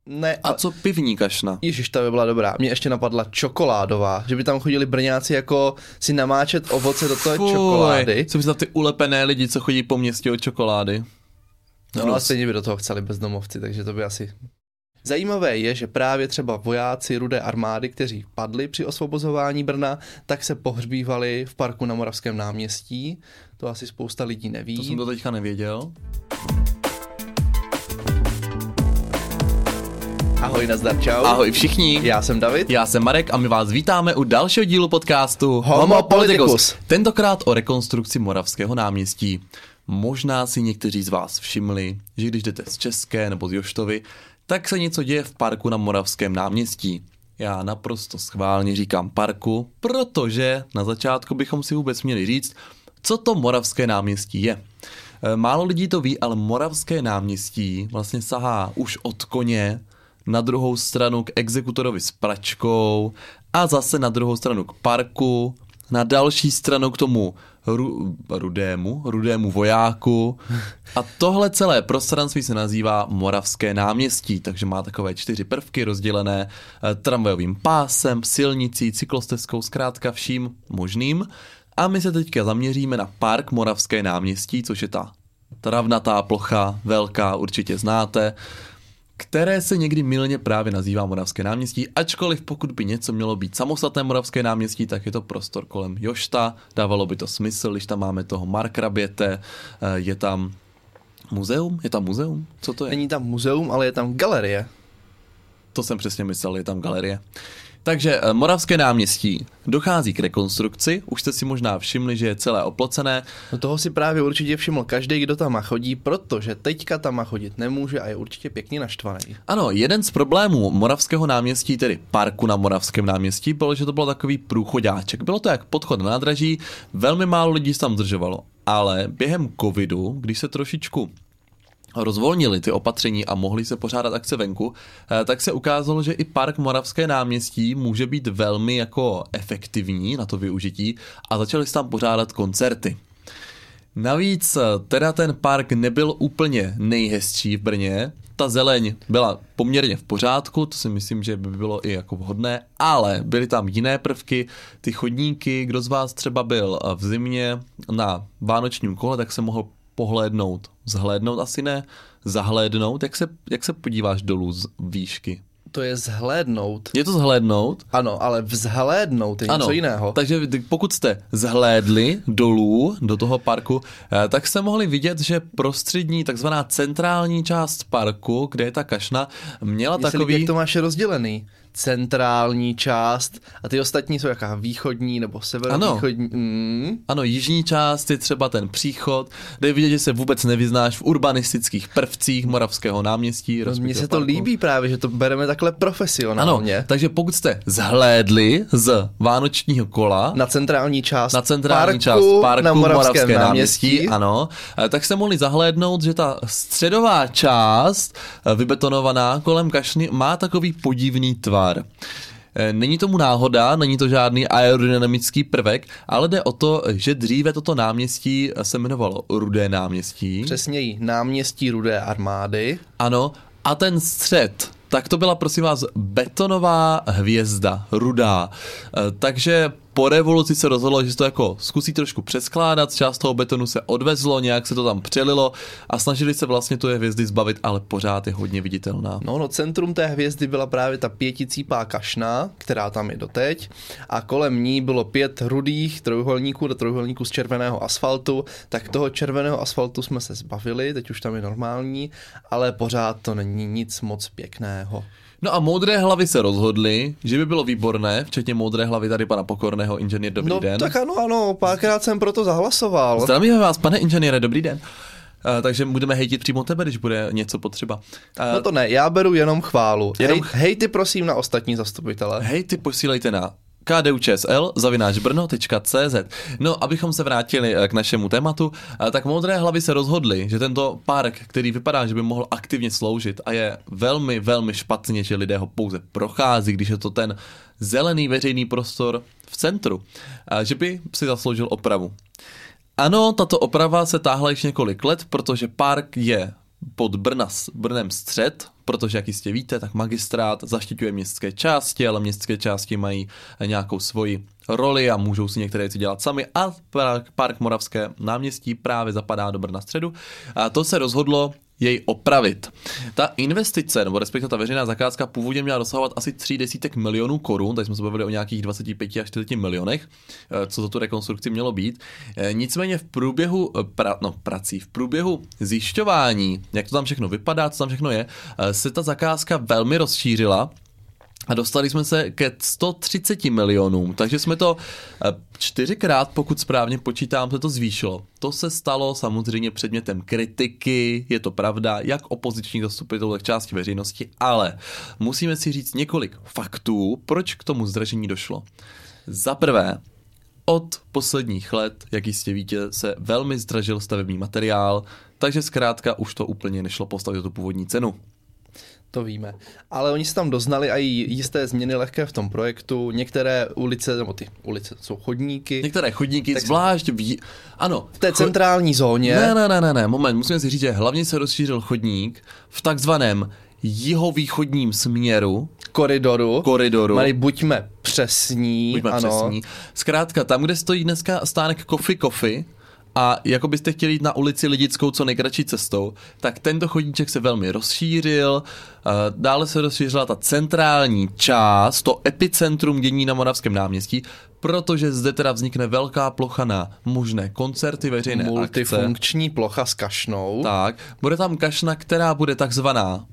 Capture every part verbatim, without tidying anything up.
Ne, a co pivní kašna? Ježiš, ta by byla dobrá. Mě ještě napadla čokoládová, že by tam chodili Brňáci jako si namáčet ovoce do toho Fuj, čokolády. Co by za ty ulepené lidi, co chodí po městě od čokolády? No a stejně by do toho chceli bezdomovci, takže to by asi... Zajímavé je, že právě třeba vojáci Rudé armády, kteří padli při osvobozování Brna, tak se pohřbívali v parku na Moravském náměstí. To asi spousta lidí neví. To jsem to teďka nevěděl. Ahoj, nazdar, čau. Ahoj všichni. Já jsem David. Já jsem Marek a my vás vítáme u dalšího dílu podcastu Homo Politicus. Tentokrát o rekonstrukci Moravského náměstí. Možná si někteří z vás všimli, že když jdete z České nebo z Joštovy, tak se něco děje v parku na Moravském náměstí. Já naprosto schválně říkám parku, protože na začátku bychom si vůbec měli říct, co to Moravské náměstí je. Málo lidí to ví, ale Moravské náměstí vlastně sahá už od koně na druhou stranu k exekutorovi s pračkou a zase na druhou stranu k parku, na další stranu k tomu ru, rudému, rudému vojáku. A tohle celé prostranství se nazývá Moravské náměstí, takže má takové čtyři prvky rozdělené tramvajovým pásem, silnicí, cyklostezkou, zkrátka vším možným. A my se teďka zaměříme na park Moravské náměstí, což je ta travnatá plocha, velká, určitě znáte, které se někdy mylně právě nazývá Moravské náměstí, ačkoliv pokud by něco mělo být samostatné Moravské náměstí, tak je to prostor kolem Jošta, dávalo by to smysl, když tam máme toho Markraběte, je tam muzeum, je tam muzeum, co to je? Není tam muzeum, ale je tam galerie. To jsem přesně myslel, je tam galerie. Takže Moravské náměstí dochází k rekonstrukci, už jste si možná všimli, že je celé oplocené. No toho si právě určitě všiml každý, kdo tam chodí, protože teďka tam chodit nemůže a je určitě pěkně naštvaný. Ano, jeden z problémů Moravského náměstí, tedy parku na Moravském náměstí, bylo, že to byl takový průchodáček. Bylo to jak podchod na nádraží, velmi málo lidí se tam zdržovalo, ale během covidu, když se trošičku rozvolnili ty opatření a mohli se pořádat akce venku, tak se ukázalo, že i park Moravské náměstí může být velmi jako efektivní na to využití a začali se tam pořádat koncerty. Navíc teda ten park nebyl úplně nejhezčí v Brně, ta zeleň byla poměrně v pořádku, to si myslím, že by bylo i jako vhodné, ale byly tam jiné prvky, ty chodníky, kdo z vás třeba byl v zimě na vánočním kole, tak se mohl pohlédnout, zhlédnout asi ne, zahlédnout, jak se, jak se podíváš dolů z výšky? To je zhlédnout. Je to zhlédnout? Ano, ale vzhlédnout je něco ano, jiného. Takže pokud jste zhlédli dolů do toho parku, tak jste mohli vidět, že prostřední, takzvaná centrální část parku, kde je ta kašna, měla Mě takový... Líbí, jak to máš rozdělený. Centrální část a ty ostatní jsou jaká východní nebo severovýchodní. Ano, mm. ano, jižní část je třeba ten příchod, kde je vidět, že se vůbec nevyznáš v urbanistických prvcích Moravského náměstí. No, mně se to parku. líbí právě, že to bereme takhle profesionálně. Ano, takže pokud jste zhlédli z vánočního kola na centrální část na centrální parku, část parku na Moravské Moravské náměstí, náměstí, ano, tak jste mohli zahlédnout, že ta středová část vybetonovaná kolem kašny má takový podivný tvar. Není tomu náhoda, není to žádný aerodynamický prvek, ale jde o to, že dříve toto náměstí se jmenovalo Rudé náměstí. Přesněji, náměstí Rudé armády. Ano, a ten střed, tak to byla prosím vás betonová hvězda, rudá. Takže po revoluci se rozhodlo, že se to jako zkusí trošku přeskládat, část toho betonu se odvezlo, nějak se to tam přelilo a snažili se vlastně tu hvězdy zbavit, ale pořád je hodně viditelná. No, no, centrum té hvězdy byla právě ta pěticípá kašna, která tam je doteď a kolem ní bylo pět rudých trojuhelníků do trojuhelníků z červeného asfaltu, tak toho červeného asfaltu jsme se zbavili, teď už tam je normální, ale pořád to není nic moc pěkného. No a moudré hlavy se rozhodly, že by bylo výborné, včetně moudré hlavy tady pana Pokorného, inženýr, dobrý no, den. No tak ano, ano, párkrát jsem proto zahlasoval. Zdravíme vás, pane inženýre, dobrý den. Uh, takže budeme hejtit přímo tebe, když bude něco potřeba. Uh, no to ne, já beru jenom chválu. Jenom... Hej, hejty prosím na ostatní zastupitele. Hejty posílejte na k d u č s l zavináč brno tečka c z. No, abychom se vrátili k našemu tématu, tak moudré hlavy se rozhodly, že tento park, který vypadá, že by mohl aktivně sloužit a je velmi, velmi špatně, že lidé ho pouze prochází, když je to ten zelený veřejný prostor v centru, že by si zasloužil opravu. Ano, tato oprava se táhla již několik let, protože park je pod Brna, Brnem střed, protože, jak jistě víte, tak magistrát zaštiťuje městské části, ale městské části mají nějakou svoji roli a můžou si některé věci dělat sami a park Moravské náměstí právě zapadá do Brna středu. A to se rozhodlo jej opravit. Ta investice, nebo respektive ta veřejná zakázka původně měla dosahovat asi tři desítek milionů korun, tak jsme se bavili o nějakých dvacet pět až čtyřicet milionech, co za tu rekonstrukci mělo být. Nicméně v průběhu pra, no, prací, v průběhu zjišťování, jak to tam všechno vypadá, co tam všechno je, se ta zakázka velmi rozšířila a dostali jsme se ke sto třicet milionům, takže jsme to čtyřikrát, pokud správně počítám, se to zvýšilo. To se stalo samozřejmě předmětem kritiky, je to pravda, jak opozičních zastupitelů, tak části veřejnosti, ale musíme si říct několik faktů, proč k tomu zdražení došlo. Za prvé, od posledních let, jak jistě víte, se velmi zdražil stavební materiál, takže zkrátka už to úplně nešlo postavit tu původní cenu. To víme. Ale oni se tam doznali i jisté změny lehké v tom projektu. Některé ulice, nebo ty ulice jsou chodníky. Některé chodníky, tak zvlášť v... Ano. V té cho... centrální zóně. Ne, ne, ne, ne, ne, moment, musím si říct, že hlavně se rozšířil chodník v takzvaném jihovýchodním směru. Koridoru. Koridoru. Mali buďme přesní. Buďme ano. přesní. Zkrátka, tam, kde stojí dneska stánek Coffee Coffee, a jako byste chtěli jít na ulici Lidickou co nejkratší cestou, tak tento chodníček se velmi rozšířil, dále se rozšířila ta centrální část, to epicentrum dění na Moravském náměstí, protože zde teda vznikne velká plocha na možné koncerty, veřejné akce. Multifunkční plocha s kašnou. Tak, bude tam kašna, která bude takzvaná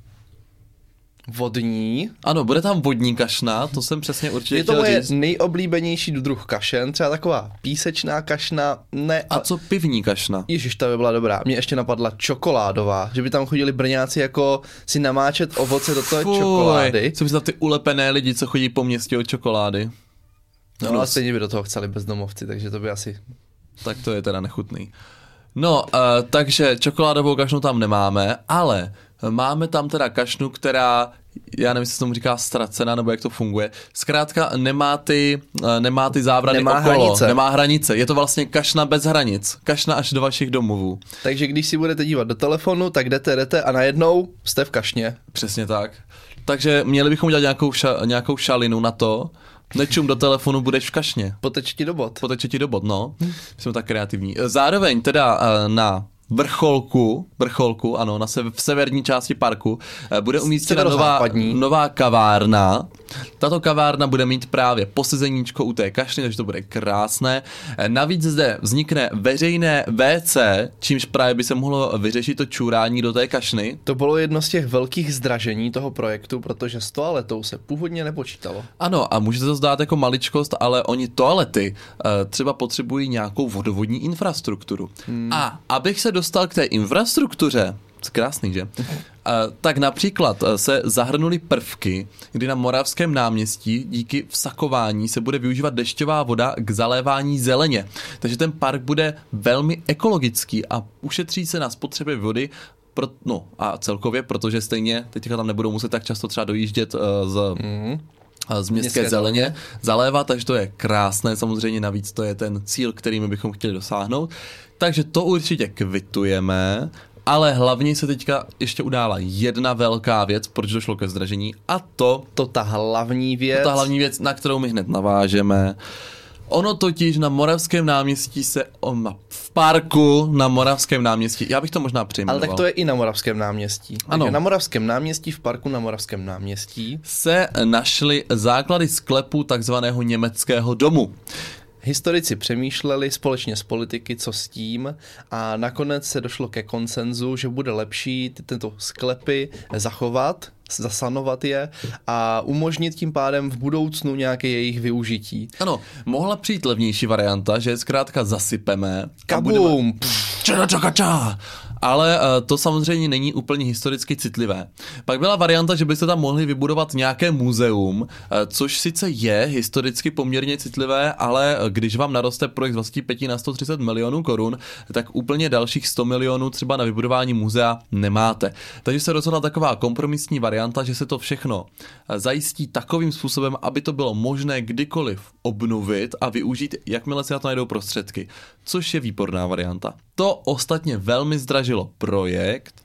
vodní. Ano, bude tam vodní kašna, to jsem přesně určitě je to chtěl moje říct. nejoblíbenější druh kašen, třeba taková písečná kašna, ne. A co pivní kašna? Ježiš, ta by byla dobrá. Mně ještě napadla čokoládová, že by tam chodili Brňáci jako si namáčet ovoce do toho Fuj, čokolády. Co by za ty ulepené lidi, co chodí po městě od čokolády? No, no ale stejně by do toho chceli bezdomovci, takže to by asi... Tak to je teda nechutný. No, uh, takže čokoládovou kašnu tam nemáme, ale máme tam teda kašnu, která, já nevím, jestli se tomu říká ztracena, nebo jak to funguje. Zkrátka nemá ty, nemá ty zábrany nemá okolo, hranice. nemá hranice. Je to vlastně kašna bez hranic. Kašna až do vašich domovů. Takže když si budete dívat do telefonu, tak jdete, jdete a najednou jste v kašně. Přesně tak. Takže měli bychom dělat nějakou, ša, nějakou šalinu na to. Nečum do telefonu, budeš v kašně. Poteče ti do bod. Poteče ti do bod, no. Jsme tak kreativní. Zároveň teda na vrcholku, vrcholku, ano, na se, v severní části parku bude umístěna nová, nová kavárna. Tato kavárna bude mít právě posezeníčko u té kašny, takže to bude krásné. Navíc zde vznikne veřejné vé cé, čímž právě by se mohlo vyřešit to čurání do té kašny. To bylo jedno z těch velkých zdražení toho projektu, protože s toaletou se původně nepočítalo. Ano, a můžete to zdát jako maličkost, ale oni toalety třeba potřebují nějakou vodovodní infrastrukturu. Hmm. A abych se dostal k té infrastruktuře, krásný, že? Tak například se zahrnuly prvky, kdy na Moravském náměstí díky vsakování se bude využívat dešťová voda k zalévání zeleně. Takže ten park bude velmi ekologický a ušetří se na spotřebě vody, pro, no a celkově, protože stejně teďka tam nebudou muset tak často třeba dojíždět z... Mm. z městské, městské zeleně zalévat, takže to je krásné, samozřejmě navíc to je ten cíl, který my bychom chtěli dosáhnout. Takže to určitě kvitujeme, ale hlavně se teďka ještě udála jedna velká věc, proč došlo ke zdražení, a to... To ta hlavní věc. To ta hlavní věc, na kterou my hned navážeme. Ono totiž na Moravském náměstí se, v parku na Moravském náměstí, já bych to možná přejmenoval. Ale tak to je i na Moravském náměstí. Ano. Takže na Moravském náměstí, v parku na Moravském náměstí se našly základy sklepu takzvaného německého domu. Historici přemýšleli společně s politiky, co s tím, a nakonec se došlo ke konsenzu, že bude lepší ty, tyto sklepy zachovat, zasanovat je a umožnit tím pádem v budoucnu nějaké jejich využití. Ano, mohla přijít levnější varianta, že zkrátka zasypeme. Kabum! Budeme... Ale uh, to samozřejmě není úplně historicky citlivé. Pak byla varianta, že byste tam mohli vybudovat nějaké muzeum, uh, což sice je historicky poměrně citlivé, ale když vám naroste projekt dvacet pět na sto třicet milionů korun, tak úplně dalších sto milionů třeba na vybudování muzea nemáte. Takže se rozhodla taková kompromisní varianta, že se to všechno zajistí takovým způsobem, aby to bylo možné kdykoliv obnovit a využít, jakmile se na to najdou prostředky. Což je výborná varianta. To ostatně velmi zdražilo projekt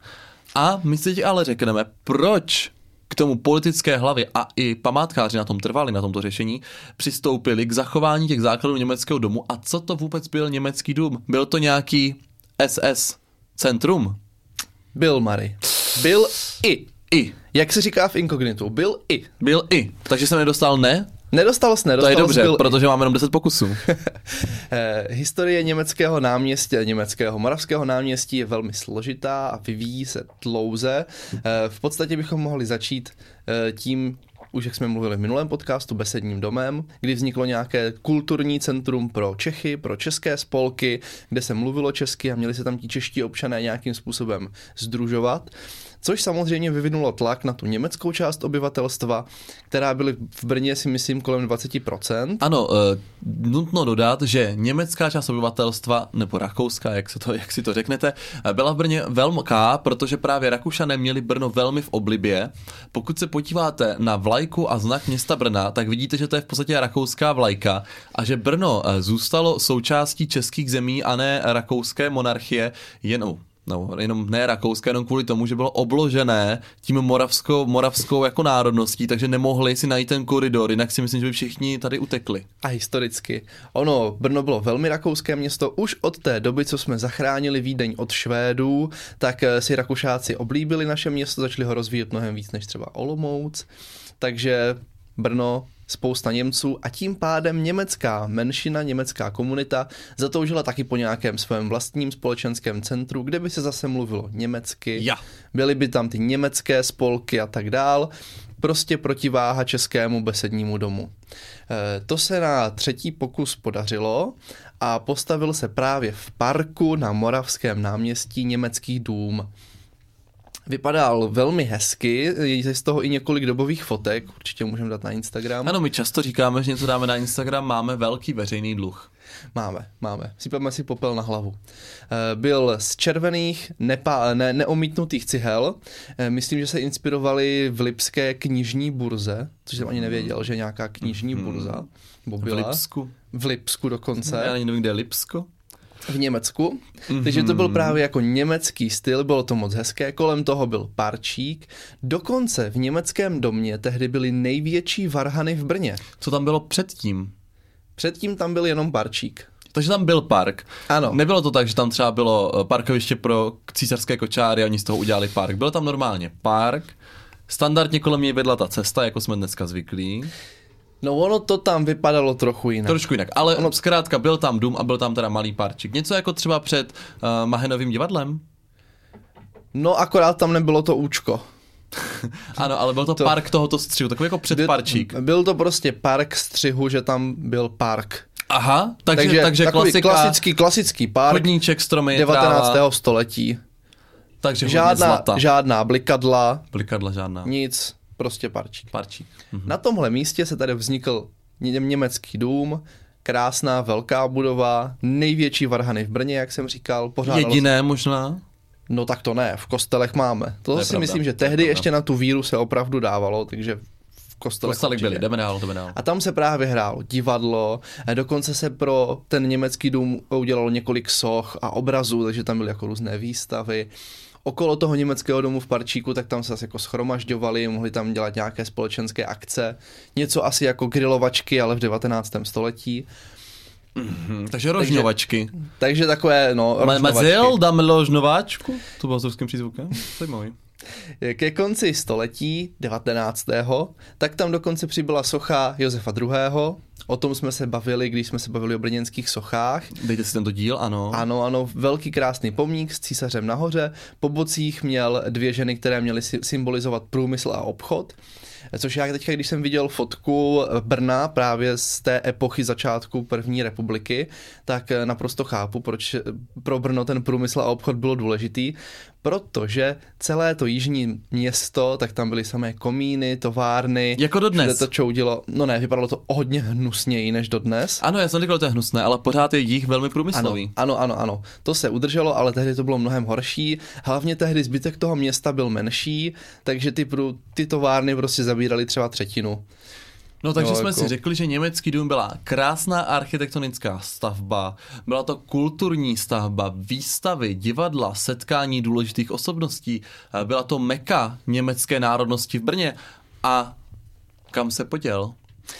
A my si teď ale řekneme, proč k tomu politické hlavě a i památkáři na tom trvali, na tomto řešení, přistoupili k zachování těch základů německého domu. A co to vůbec byl německý dům? Byl to nějaký S S centrum? Byl, Mary. Byl i. I. Jak se říká v inkognitu, byl i. Byl i. Takže jsem nedostal ne? Nedostal jsi, nedostal To je dobře, byl protože máme jenom deset pokusů. Historie německého náměstí, německého moravského náměstí je velmi složitá a vyvíjí se dlouze. V podstatě bychom mohli začít tím, už jak jsme mluvili v minulém podcastu, Besedním domem, kdy vzniklo nějaké kulturní centrum pro Čechy, pro české spolky, kde se mluvilo česky a měli se tam ti čeští občané nějakým způsobem sdružovat. Což samozřejmě vyvinulo tlak na tu německou část obyvatelstva, která byly v Brně, si myslím, kolem dvacet procent. Ano, e, nutno dodat, že německá část obyvatelstva, nebo rakouská, jak, se to, jak si to řeknete, byla v Brně velká, protože právě Rakušané měli Brno velmi v oblibě. Pokud se podíváte na vlajku a znak města Brna, tak vidíte, že to je v podstatě rakouská vlajka a že Brno zůstalo součástí českých zemí a ne rakouské monarchie jenom. No, jenom ne rakouské, jenom kvůli tomu, že bylo obložené tím moravskou, moravskou jako národností, takže nemohli si najít ten koridor, jinak si myslím, že by všichni tady utekli. A historicky. Ono, Brno bylo velmi rakouské město, už od té doby, co jsme zachránili Vídeň od Švédů, tak si Rakušáci oblíbili naše město, začali ho rozvíjet mnohem víc než třeba Olomouc, takže Brno, spousta Němců a tím pádem německá menšina, německá komunita zatoužila taky po nějakém svém vlastním společenském centru, kde by se zase mluvilo německy, ja. byly by tam ty německé spolky a tak dál, prostě protiváha českému Besednímu domu. E, to se na třetí pokus podařilo a postavil se právě v parku na Moravském náměstí německý dům. Vypadal velmi hezky, je z toho i několik dobových fotek, určitě můžeme dát na Instagram. Ano, my často říkáme, že něco dáme na Instagram, máme velký veřejný dluh. Máme, máme. Sypeme si popel na hlavu. Byl z červených, nepa, ne, neomítnutých cihel. Myslím, že se inspirovali v lipské knižní burze, což jsem ani nevěděl, že je nějaká knižní burza. V Lipsku. V Lipsku dokonce. Já ani nevím, kde je Lipsko. V Německu, mm-hmm. takže to byl právě jako německý styl, bylo to moc hezké, kolem toho byl parčík, dokonce v německém domě tehdy byly největší varhany v Brně. Co tam bylo předtím? Předtím tam byl jenom parčík. Takže tam byl park. Ano. Nebylo to tak, že tam třeba bylo parkoviště pro císařské kočáry a oni z toho udělali park. Byl tam normálně park, standardně kolem něj vedla ta cesta, jako jsme dneska zvyklí. No ono to tam vypadalo trochu jinak. Trošku jinak, ale ono... zkrátka byl tam dům a byl tam teda malý parčík. Něco jako třeba před uh, Mahenovým divadlem? No akorát tam nebylo to účko. Ano, ale byl to, to park tohoto střihu, takový jako předparčík. Byl, byl to prostě park střihu, že tam byl park. Aha, takže, takže, takže klasika, klasický, klasický park. Chodníček, stromy, devatenáctého tráva. století. Takže žádná, žádná blikadla. Blikadla žádná. Nic, prostě parčík. Parčík. Mhm. Na tomhle místě se tady vznikl ně, německý dům, krásná velká budova, největší varhany v Brně, jak jsem říkal. Jediné se... možná? No tak to ne, v kostelech máme. To, to si pravda. myslím, že tehdy ještě na tu víru se opravdu dávalo, takže v kostelech, kostelech byli, jdeme dál, jdeme dál. A tam se právě hrálo divadlo, dokonce se pro ten německý dům udělalo několik soch a obrazů, takže tam byly jako různé výstavy. Okolo toho německého domu v parčíku, tak tam se zase jako schromažďovali, mohli tam dělat nějaké společenské akce, něco asi jako grilovačky, ale v devatenáctém století. Mm-hmm, takže rožňovačky. Takže, takže takové, no, rožňovačky. Mazel, dáme rožňovačku? To bylo s ruským přízvukem? Zajímavý. Ke konci století devatenáctého tak tam dokonce přibyla socha Josefa druhého. O tom jsme se bavili, když jsme se bavili o brněnských sochách. Dejte si tento díl, ano. Ano, ano, velký krásný pomník s císařem nahoře. Po bocích měl dvě ženy, které měly symbolizovat průmysl a obchod. Což já teďka, když jsem viděl fotku Brna právě z té epochy začátku první republiky, tak naprosto chápu, proč pro Brno ten průmysl a obchod bylo důležitý, protože celé to jižní město, tak tam byly samé komíny, továrny. Jako dodnes. To čoudilo, no ne, vypadalo to o hodně hnusněji než dodnes. Ano, já jsem říkal, že to je hnusné, ale pořád je jich velmi průmyslový. Ano, ano, ano, to se udrželo, ale tehdy to bylo mnohem horší. Hlavně tehdy zbytek toho města byl menší, takže ty, prů, ty továrny prostě zabírali třeba třetinu. No takže no, jsme jako... si řekli, že německý dům byla krásná architektonická stavba, byla to kulturní stavba, výstavy, divadla, setkání důležitých osobností, byla to meka německé národnosti v Brně. A kam se poděl?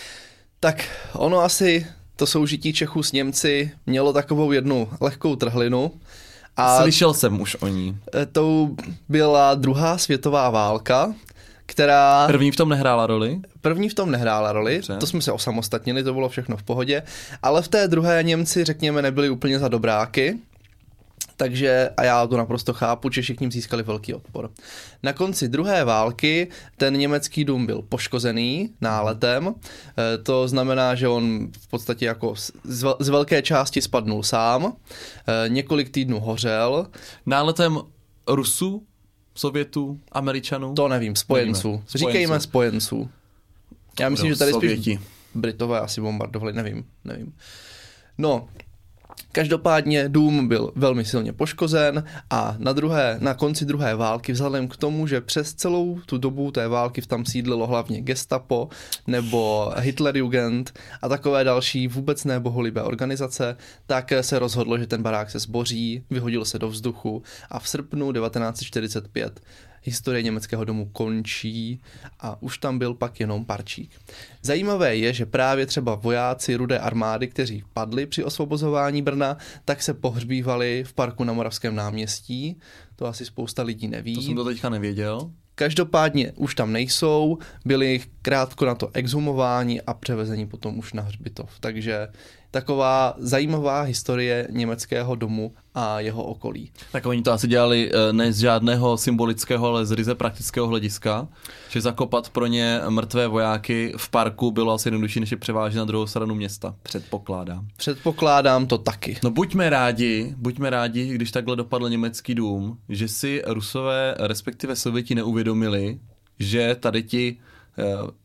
Tak ono asi to soužití Čechů s Němci mělo takovou jednu lehkou trhlinu. A slyšel jsem už o ní. To byla druhá světová válka, která... První v tom nehrála roli? První v tom nehrála roli, Dobře. To jsme se osamostatnili, to bylo všechno v pohodě, ale v té druhé Němci, řekněme, nebyli úplně za dobráky, takže, a já to naprosto chápu, Češi k ním získali velký odpor. Na konci druhé války ten německý dům byl poškozený náletem, to znamená, že on v podstatě jako z velké části spadnul sám, několik týdnů hořel. Náletem Rusů? Sovětů, Američanů? To nevím, spojenců. spojenců. Říkejme spojenců. Já myslím, no, že tady Sověti. Spíš Britové asi bombardovali, nevím, nevím. No, každopádně dům byl velmi silně poškozen a na, druhé, na konci druhé války, vzhledem k tomu, že přes celou tu dobu té války tam sídlilo hlavně Gestapo nebo Hitlerjugend a takové další vůbec nebohulibé organizace, tak se rozhodlo, že ten barák se zboří, vyhodil se do vzduchu a v srpnu devatenáct set čtyřicet pět historie německého domu končí a už tam byl pak jenom parčík. Zajímavé je, že právě třeba vojáci Rudé armády, kteří padli při osvobozování Brna, tak se pohřbívali v parku na Moravském náměstí. To asi spousta lidí neví. To jsem to teďka nevěděl. Každopádně už tam nejsou, byli krátko na to exhumováni a převezeni potom už na hřbitov. Takže taková zajímavá historie německého domu a jeho okolí. Tak oni to asi dělali ne z žádného symbolického, ale z ryze praktického hlediska, že zakopat pro ně mrtvé vojáky v parku bylo asi jednodušší, než je převážet na druhou stranu města, předpokládám. Předpokládám to taky. No buďme rádi, buďme rádi, když takhle dopadl německý dům, že si Rusové, respektive Sověti neuvědomili, že tady ti eh,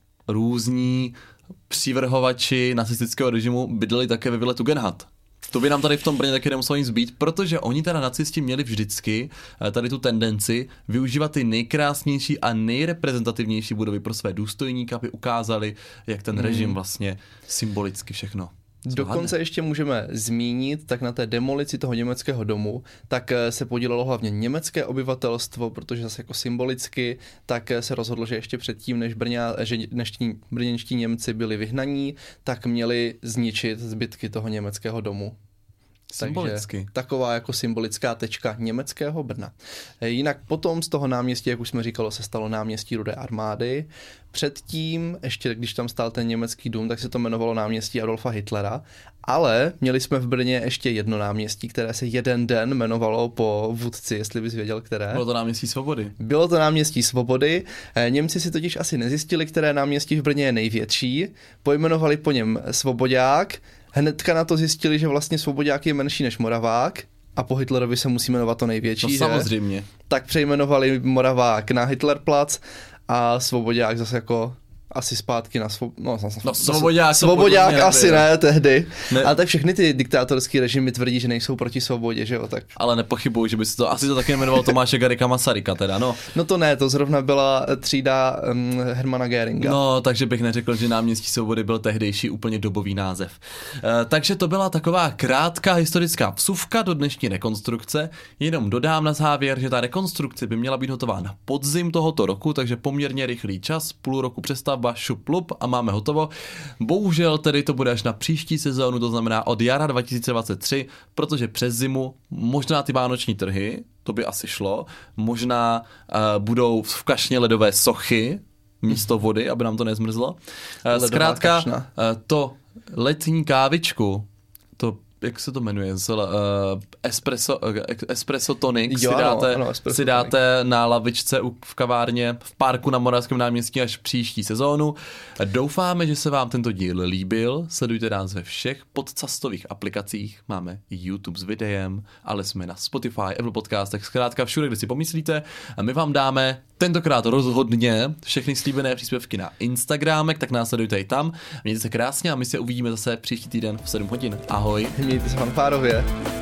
různí přivrhovači nacistického režimu bydleli také ve vile Tugendhat. To by nám tady v tom Brně taky nemuselo nic být, protože oni teda nacisti měli vždycky tady tu tendenci využívat ty nejkrásnější a nejreprezentativnější budovy pro své důstojníky, aby ukázali, jak ten režim vlastně symbolicky všechno zvládne. Dokonce ještě můžeme zmínit, tak na té demolici toho německého domu, tak se podílelo hlavně německé obyvatelstvo, protože zase jako symbolicky, tak se rozhodlo, že ještě předtím, než, Brňa, že než tí brněnští Němci byli vyhnaní, tak měli zničit zbytky toho německého domu. Symbolicky. Takže taková jako symbolická tečka německého Brna. Jinak potom z toho náměstí, jak už jsme říkalo, se stalo náměstí Rudé armády. Předtím, ještě když tam stál ten německý dům, tak se to jmenovalo náměstí Adolfa Hitlera, ale měli jsme v Brně ještě jedno náměstí, které se jeden den jmenovalo po vůdci, jestli bys věděl, které. Bylo to náměstí Svobody. Bylo to náměstí Svobody. Němci si totiž asi nezjistili, které náměstí v Brně je největší. Pojmenovali po něm Svobodák. Hnedka na to zjistili, že vlastně Svobodák je menší než Moravák a po Hitlerovi se musí jmenovat to největší, no, že? samozřejmě. Tak přejmenovali Moravák na Hitlerplatz a Svobodák zase jako asi zpátky na svob... no, no, Svobodák, Svobodák asi ne, ne tehdy. Ne. Ale tak všechny ty diktátorský režimy tvrdí, že nejsou proti svobodě, že jo, tak. Ale nepochybuju, že by se to, asi to taky jmenoval Tomáše Garrigua Masaryka teda, no. No to ne, to zrovna byla třída um, Hermana Göringa. No, takže bych neřekl, že náměstí Svobody byl tehdejší úplně dobový název. E, takže to byla taková krátká historická vsuvka do dnešní rekonstrukce. Jenom dodám na závěr, že ta rekonstrukce by měla být hotová na podzim tohoto roku, takže poměrně rychlý čas, půl roku přestavba, šup lup a máme hotovo. Bohužel tedy to bude až na příští sezónu, to znamená od jara dva tisíce dvacet tři, protože přes zimu možná ty vánoční trhy, to by asi šlo, možná uh, budou v kašně ledové sochy místo vody, aby nám to nezmrzlo. Uh, zkrátka uh, to letní kávičku, to jak se to jmenuje, uh, espresso, uh, espresso tonic, jo, si dáte, ano, ano, si dáte na lavičce v kavárně v parku na Moravském náměstí až příští sezónu. Doufáme, že se vám tento díl líbil, sledujte nás ve všech podcastových aplikacích, máme YouTube s videem, ale jsme na Spotify, Apple Podcastech, zkrátka všude, kde si pomyslíte a my vám dáme tentokrát rozhodně všechny slíbené příspěvky na Instagramek, tak nás sledujte i tam. Mějte se krásně a my se uvidíme zase příští týden v sedm hodin. Ahoj. Mějte se fanfárově.